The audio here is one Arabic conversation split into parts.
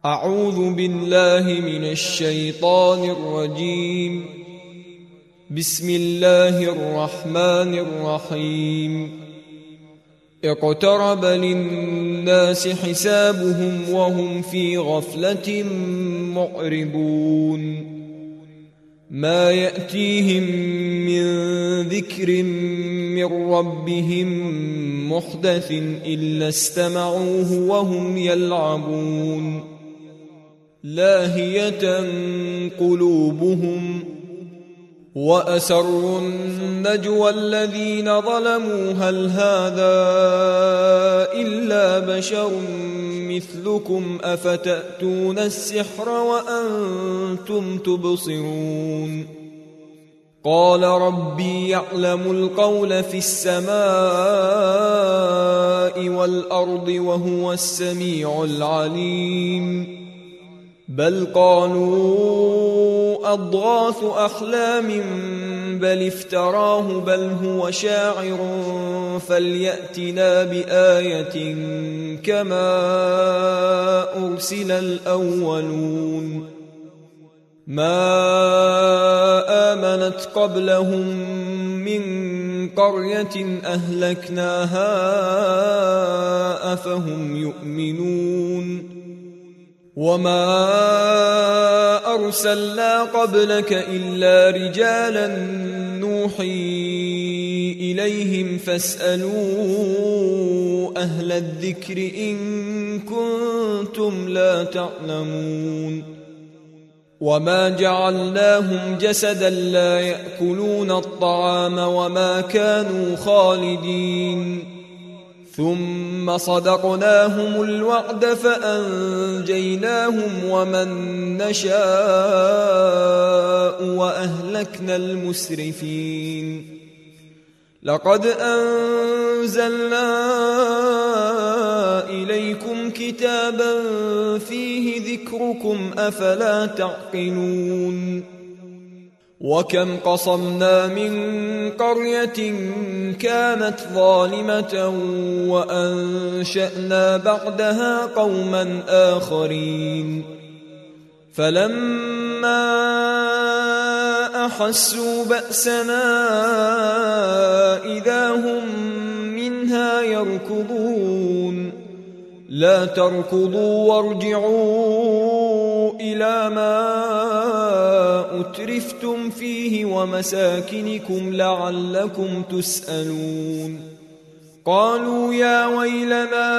أعوذ بالله من الشيطان الرجيم. بسم الله الرحمن الرحيم. اقترب للناس حسابهم وهم في غفلة معرضون. ما يأتيهم من ذكر من ربهم محدث إلا استمعوه وهم يلعبون. لاهية قلوبهم وأسروا النجوى الذين ظلموا هل هذا إلا بشر مثلكم أفتأتون السحر وأنتم تبصرون. قال ربي يعلم القول في السماء والأرض وهو السميع العليم. بل قالوا أضغاث أحلام بل افتراه بل هو شاعر فليأتنا بآية كما أرسل الأولون. ما آمنت قبلهم من قرية أهلكناها أفهم يؤمنون. وما أرسلنا قبلك إلا رجالا نوحي إليهم فاسألوا أهل الذكر إن كنتم لا تعلمون. وما جعلناهم جسدا لا يأكلون الطعام وما كانوا خالدين. ثم صدقناهم الوعد فأنجيناهم ومن نشاء وأهلكنا المسرفين. لقد أنزلنا إليكم كتابا فيه ذكركم أفلا تعقلون. وكم قصمنا من قرية كانت ظالمة وأنشأنا بعدها قوما آخرين. فلما أحسوا بأسنا إذا هم منها يركضون. لا تركضوا وارجعوا إلى ما أترفتم فيه ومساكنكم لعلكم تسألون. قالوا يا ويلنا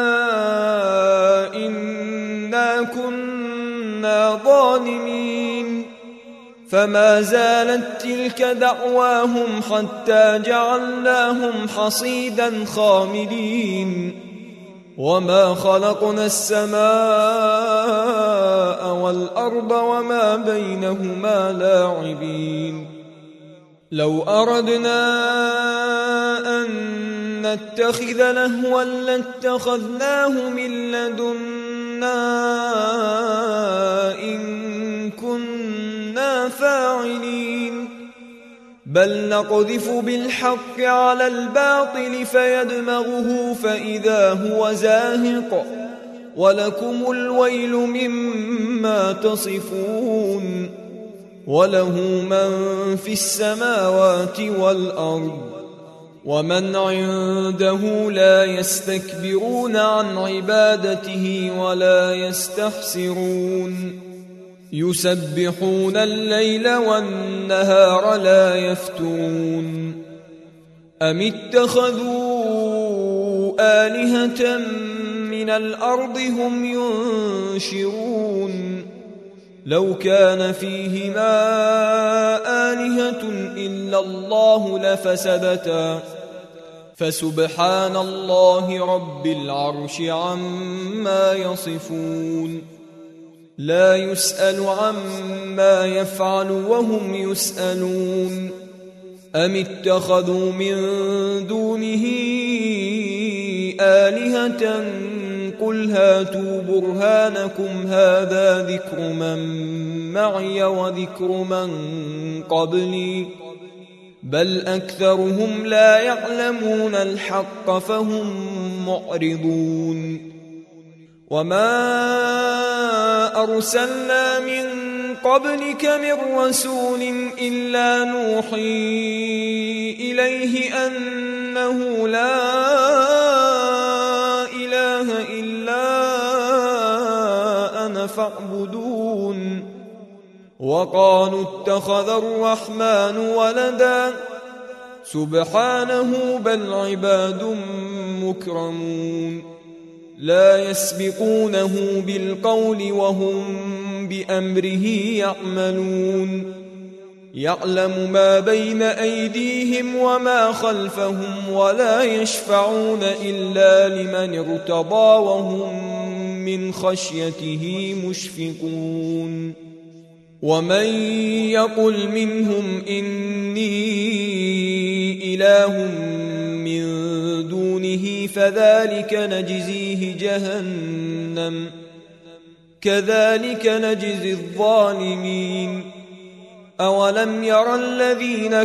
إنا كنا ظالمين. فما زالت تلك دعواهم حتى جعلناهم حصيدا خامدين. وما خلقنا السماء والأرض وما بينهما لاعبين. لو أردنا أن نتخذ لهوا لاتخذناه من لدنا إن كنا فاعلين. بل نقذف بالحق على الباطل فيدمغه فإذا هو زاهق ولكم الويل مما تصفون. وله من في السماوات والأرض ومن عنده لا يستكبرون عن عبادته ولا يستحسرون. يسبحون الليل والنهار لا يفترون. أم اتخذوا آلهة من الأرض هم ينشرون. لو كان فيهما آلهة إلا الله لفسدتا فسبحان الله رب العرش عما يصفون. لا يسأل عما يفعل وهم يسألون. أم اتخذوا من دونه آلهة قل هاتوا برهانكم هذا ذكر من معي وذكر من قبلي بل أكثرهم لا يعلمون الحق فهم معرضون. وما أرسلنا من قبلك من رسول إلا نوحي إليه أنه لا إله إلا أنا فاعبدون وقالوا اتخذ الرحمن ولدا سبحانه بل عباد مكرمون لا يسبقونه بالقول وهم بأمره يعملون يعلم ما بين أيديهم وما خلفهم ولا يشفعون إلا لمن ارتضى وهم من خشيته مشفقون ومن يقل منهم إني إله من دونه فذلك نجزيه جهنم كذلك نجزي الظالمين أولم ير الذين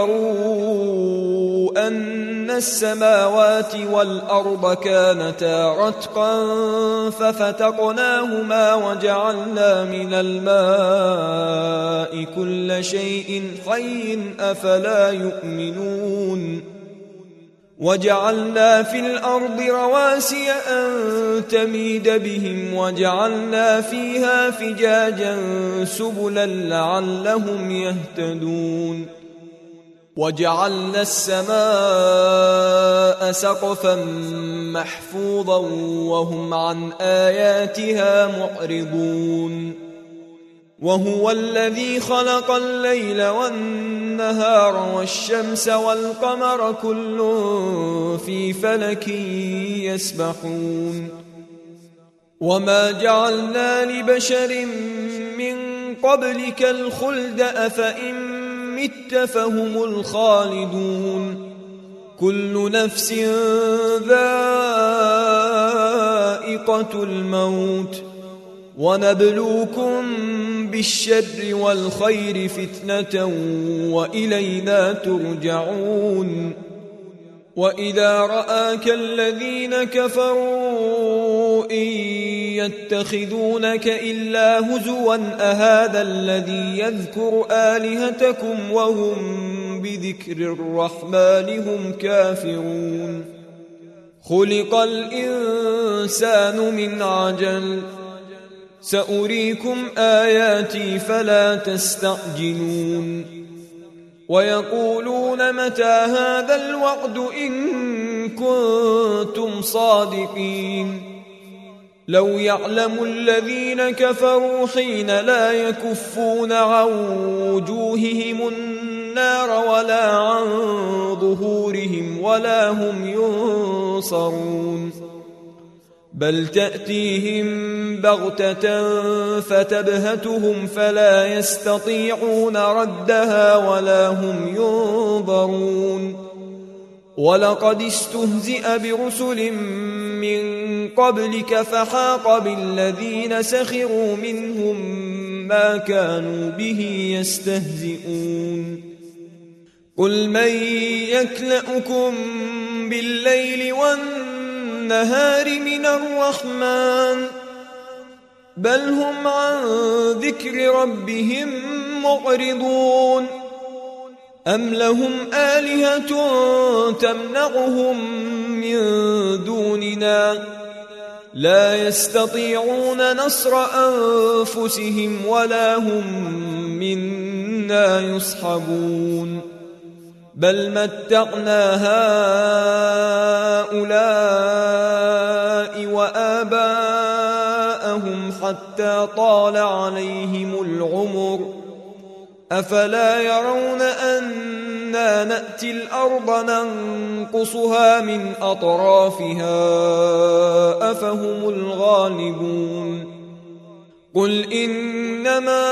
كفروا أن السماوات والأرض كانتا رتقا ففتقناهما وجعلنا من الماء كل شيء حي أفلا يؤمنون وجعلنا في الأرض رواسي أن تميد بهم وجعلنا فيها فجاجا سبلا لعلهم يهتدون وجعلنا السماء سقفا محفوظا وهم عن آياتها معرضون وهو الذي خلق الليل والنهار والشمس والقمر كل في فلك يسبحون وما جعلنا لبشر من قبلك الخلد أفإن مت فهم الخالدون كل نفس ذائقة الموت ونبلوكم بالشر والخير فتنة وإلينا ترجعون وإذا رآك الذين كفروا إن يتخذونك إلا هزوا أهذا الذي يذكر آلهتكم وهم بذكر الرحمن هم كافرون خلق الإنسان من عجل سأريكم آياتي فلا تستعجلون ويقولون متى هذا الوعد إن كنتم صادقين لو يعلم الذين كفروا حين لا يكفون عن وجوههم النار ولا عن ظهورهم ولا هم ينصرون بل تأتيهم بغتة فتبهتهم فلا يستطيعون ردها ولا هم ينظرون ولقد استهزئ برسل من قبلك فحاق بالذين سخروا منهم ما كانوا به يستهزئون قل من يكلأكم بالليل والنهار من الرحمن بل هم عن ذكر ربهم معرضون أم لهم آلهة تمنعهم من دوننا لا يستطيعون نصر أنفسهم ولا هم منا يصحبون بل متعنا هؤلاء وآباءهم حتى طال عليهم العمر أفلا يرون أنا نأتي الأرض ننقصها من أطرافها أفهم الغالبون قل إنما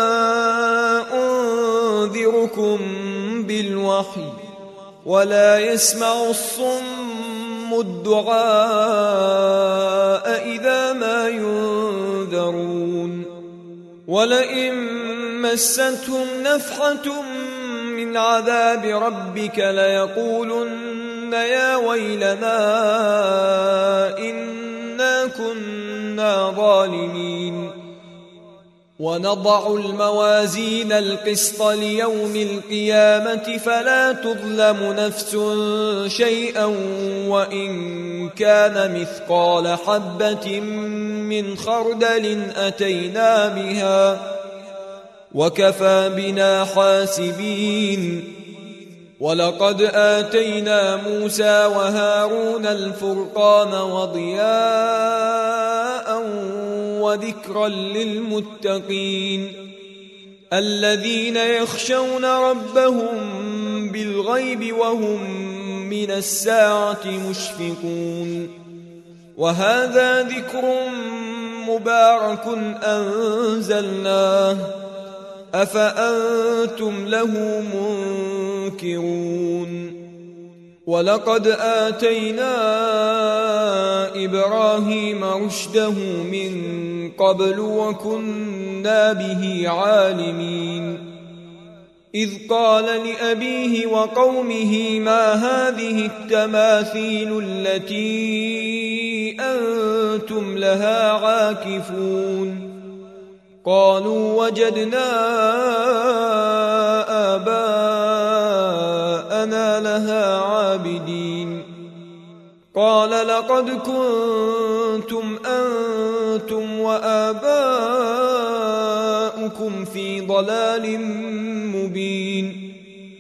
أنذركم بالوحي ولا يسمع الصم الدعاء إذا ما ينذرون ولئن مستهم نفحة من عذاب ربك ليقولن يا ويلنا إنا كنا ظالمين ونضع الموازين القسط ليوم القيامة فلا تظلم نفس شيئا وإن كان مثقال حبة من خردل أتينا بها وكفى بنا حاسبين. ولقد آتينا موسى وهارون الفرقان وضياء وذكرا للمتقين الذين يخشون ربهم بالغيب وهم من الساعة مشفقون. وهذا ذكر مبارك أنزلناه أفأنتم له منكرون. ولقد آتينا إبراهيم رشده من قبل وكنا به عالمين. إذ قال لأبيه وقومه ما هذه التماثيل التي أنتم لها عاكفون. قالوا وجدنا آباءنا لها عابدين. قال لقد كنتم أنتم وآباؤكم في ضلال مبين.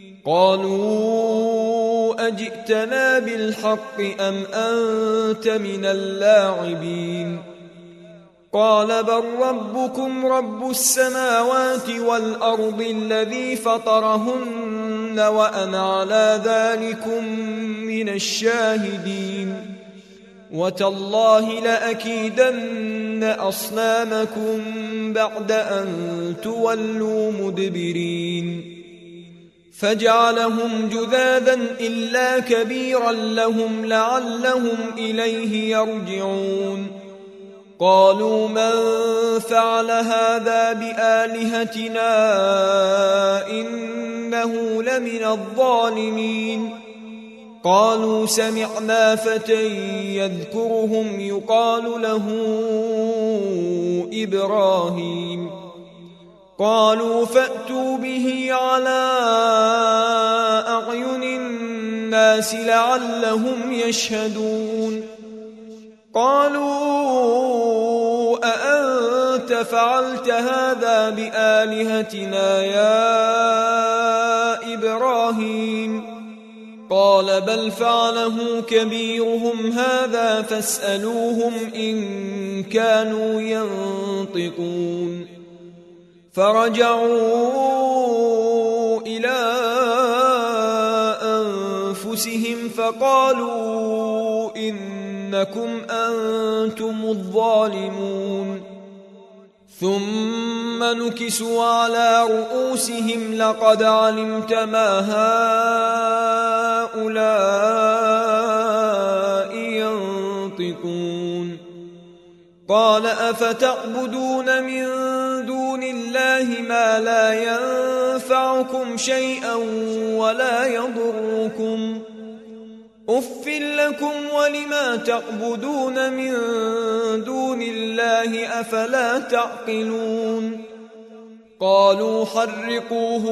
قالوا أجئتنا بالحق أم أنت من اللاعبين. قال بل ربكم رب السماوات والأرض الذي فطرهن وأنا على ذلكم من الشاهدين. وتالله لأكيدن أصنامكم بعد أن تولوا مدبرين. فجعلهم جذاذا إلا كبيرا لهم لعلهم إليه يرجعون. قالوا من فعل هذا بآلهتنا إنه لمن الظالمين. قالوا سمعنا فتى يذكرهم يقال له إبراهيم. قالوا فأتوا به على أعين الناس لعلهم يشهدون. قالوا أأنت فعلت هذا بآلهتنا يا إبراهيم؟ قال بل فعله كبيرهم هذا فاسألوهم إن كانوا ينطقون. فرجعوا إلى أنفسهم فقالوا إنكم أنتم الظالمون. ثم نكسوا على رؤوسهم لقد علمت ما هؤلاء ينطقون. قال أفتعبدون من دون الله ما لا ينفعكم شيئا ولا يضركم أف لكم ولما تعبدون من دون الله أفلا تعقلون. قالوا حرقوه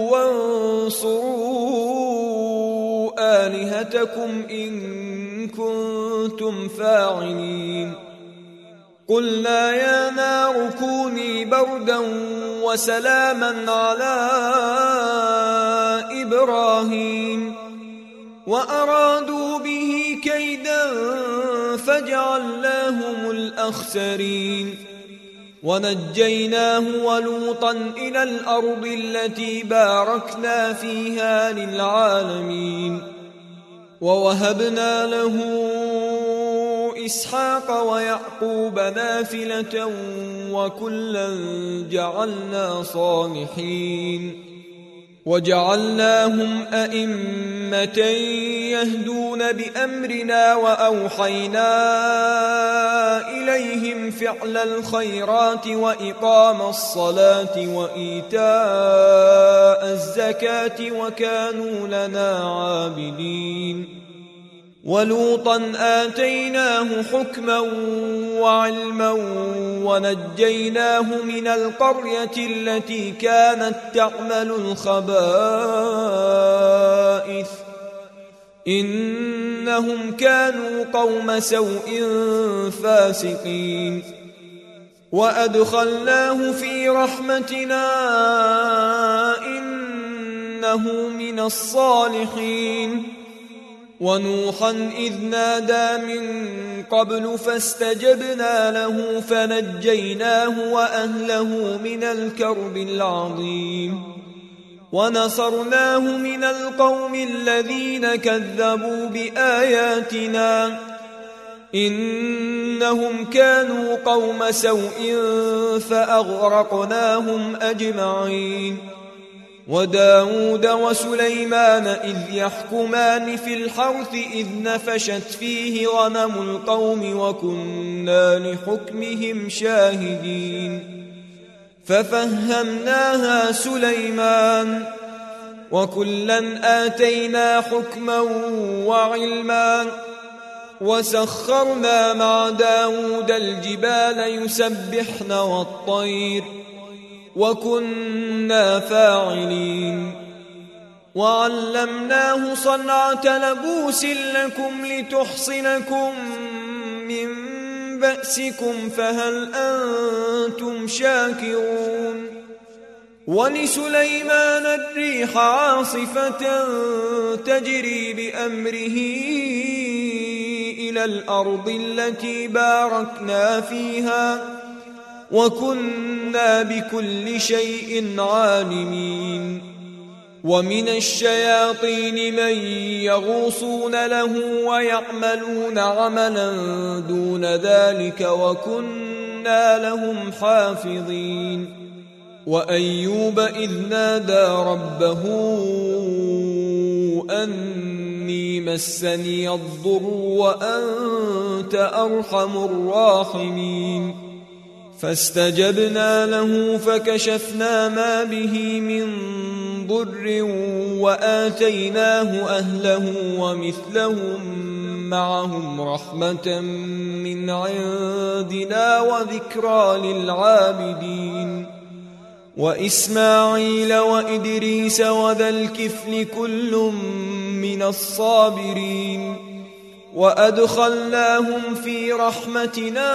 وانصروا آلهتكم إن كنتم فاعلين. قلنا يا نار كوني بردا وسلاما على إبراهيم وأرادوا به كيدا فجعلناهم الأخسرين. ونجيناه ولوطا إلى الأرض التي باركنا فيها للعالمين. ووهبنا له إسحاق ويعقوب نافلة وكلا جعلنا صالحين. وجعلناهم أئمة يهدون بأمرنا وأوحينا إليهم فعل الخيرات وإقام الصلاة وإيتاء الزكاة وكانوا لنا عابدين. ولوطا آتيناه حكما وعلما ونجيناه من القرية التي كانت تعمل الخبائث إنهم كانوا قوم سوء فاسقين وأدخلناه في رحمتنا إنه من الصالحين ونوحا إذ نادى من قبل فاستجبنا له فنجيناه وأهله من الكرب العظيم ونصرناه من القوم الذين كذبوا بآياتنا إنهم كانوا قوم سوء فأغرقناهم أجمعين وداود وسليمان إذ يحكمان في الحرث إذ نفشت فيه غنم القوم وكنا لحكمهم شاهدين ففهمناها سليمان وكلا آتينا حكما وعلما وسخرنا مع داود الجبال يسبحن والطير وكنا فاعلين وعلمناه صنعة لبوس لكم لتحصنكم من بأسكم فهل أنتم شاكرون ولسليمان الريح عاصفة تجري بأمره إلى الأرض التي باركنا فيها وكنا بكل شيء عالمين ومن الشياطين من يغوصون له ويعملون عملا دون ذلك وكنا لهم حافظين وأيوب إذ نادى ربه أني مسني الضر وأنت أرحم الراحمين فاستجبنا له فكشفنا ما به من ضر وآتيناه أهله ومثلهم معهم رحمة من عندنا وذكرى للعابدين وإسماعيل وإدريس وذا الكفل كل من الصابرين وأدخلناهم في رحمتنا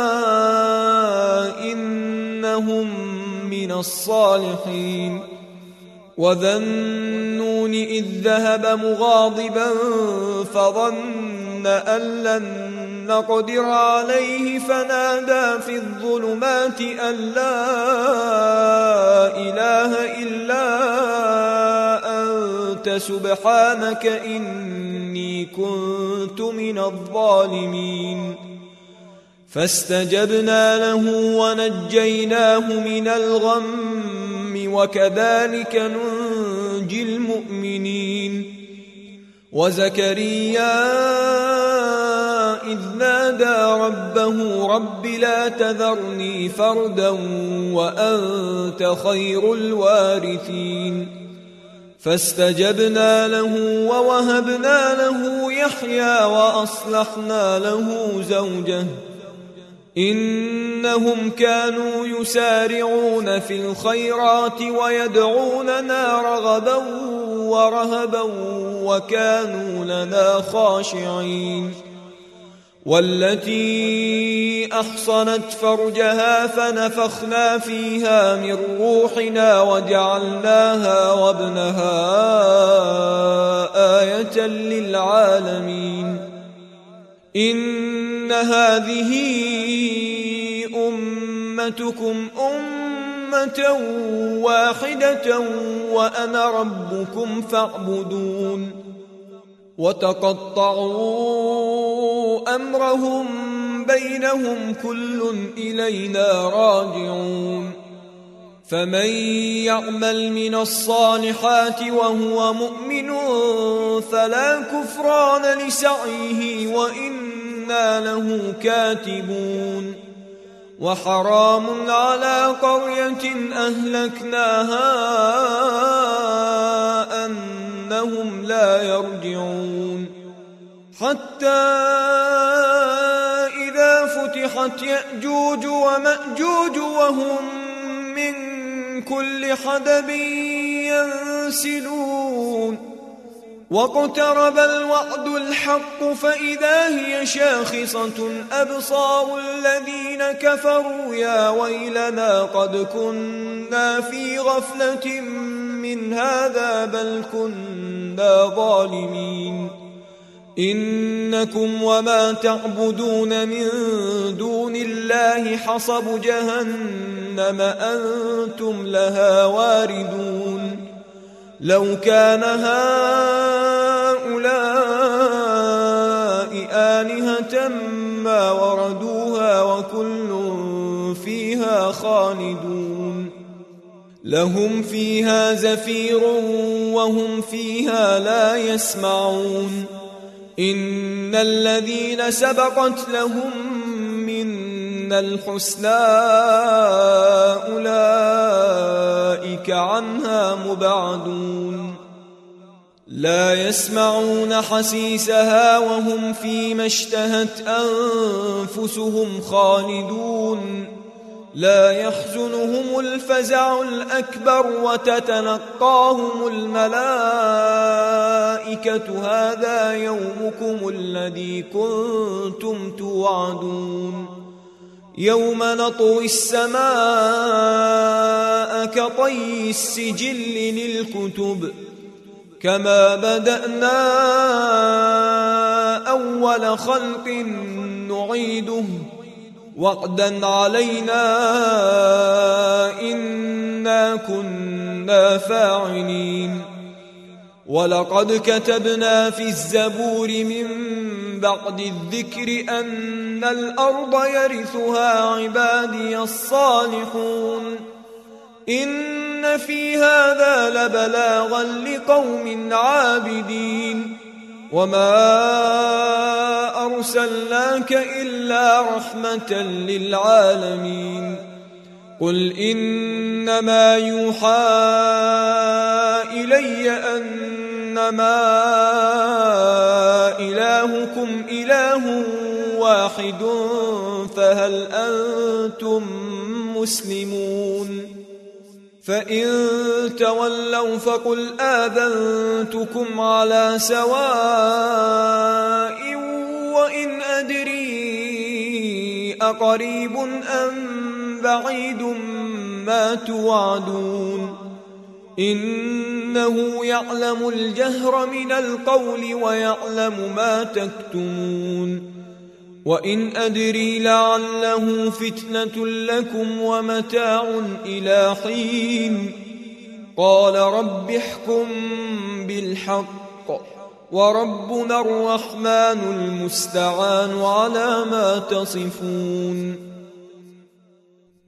إنهم من الصالحين وذا النون إذ ذهب مغاضبا فظن أن لن نقدر عليه فنادى في الظلمات أن لا إله إلا أنت سبحانك إني كنت من الظالمين فاستجبنا له ونجيناه من الغم وكذلك ننجي المؤمنين وزكريا إذ نادى ربه رب لا تذرني فردا وأنت خير الوارثين فاستجبنا له ووهبنا له يحيى وأصلحنا له زوجه إنهم كانوا يسارعون في الخيرات ويدعوننا رغبا ورهبا وكانوا لنا خاشعين والتي أحصنت فرجها فنفخنا فيها من روحنا وجعلناها وابنها آية للعالمين إن هذه أمتكم أمة واحدة وأنا ربكم فاعبدون وتقطعوا أمرهم بينهم كل إلينا راجعون فمن يعمل من الصالحات وهو مؤمن فلا كفران لسعيه وإنا له كاتبون وحرام على قرية أهلكناها أنهم لا يرجعون حتى إذا فتحت سفحت يأجوج ومأجوج وهم من كل حدب ينسلون واقترب الوعد الحق فإذا هي شاخصة أبصار الذين كفروا يا ويلنا قد كنا في غفلة من هذا بل كنا ظالمين إنكم وما تعبدون من دون الله حصب جهنم أنتم لها واردون لو كان هؤلاء آلهة ما وردوها وكل فيها خالدون لهم فيها زفير وهم فيها لا يسمعون إن الذين سبقت لهم منا الحسنى أولئك عنها مبعدون لا يسمعون حسيسها وهم فيما اشتهت أنفسهم خالدون لا يحزنهم الفزع الأكبر وتتلقاهم الملائكة هذا يومكم الذي كنتم توعدون يوم نطوي السماء كطي السجل للكتب كما بدأنا أول خلق نعيده وعدا علينا إنا كنا فاعلين ولقد كتبنا في الزبور من بعد الذكر أن الأرض يرثها عبادي الصالحون إن في هذا لبلاغا لقوم عابدين وما أرسلناك إلا رحمة للعالمين قل إنما يوحى إلي أنما إلهكم إله واحد فهل أنتم مسلمون فإن تولوا فقل آذنتكم على سواء وإن أدري أقريب أم بعيد ما توعدون إنه يعلم الجهر من القول ويعلم ما تكتمون وإن أدري لعله فتنة لكم ومتاع إلى حين قال رب احكم بالحق وربنا الرحمن المستعان على ما تصفون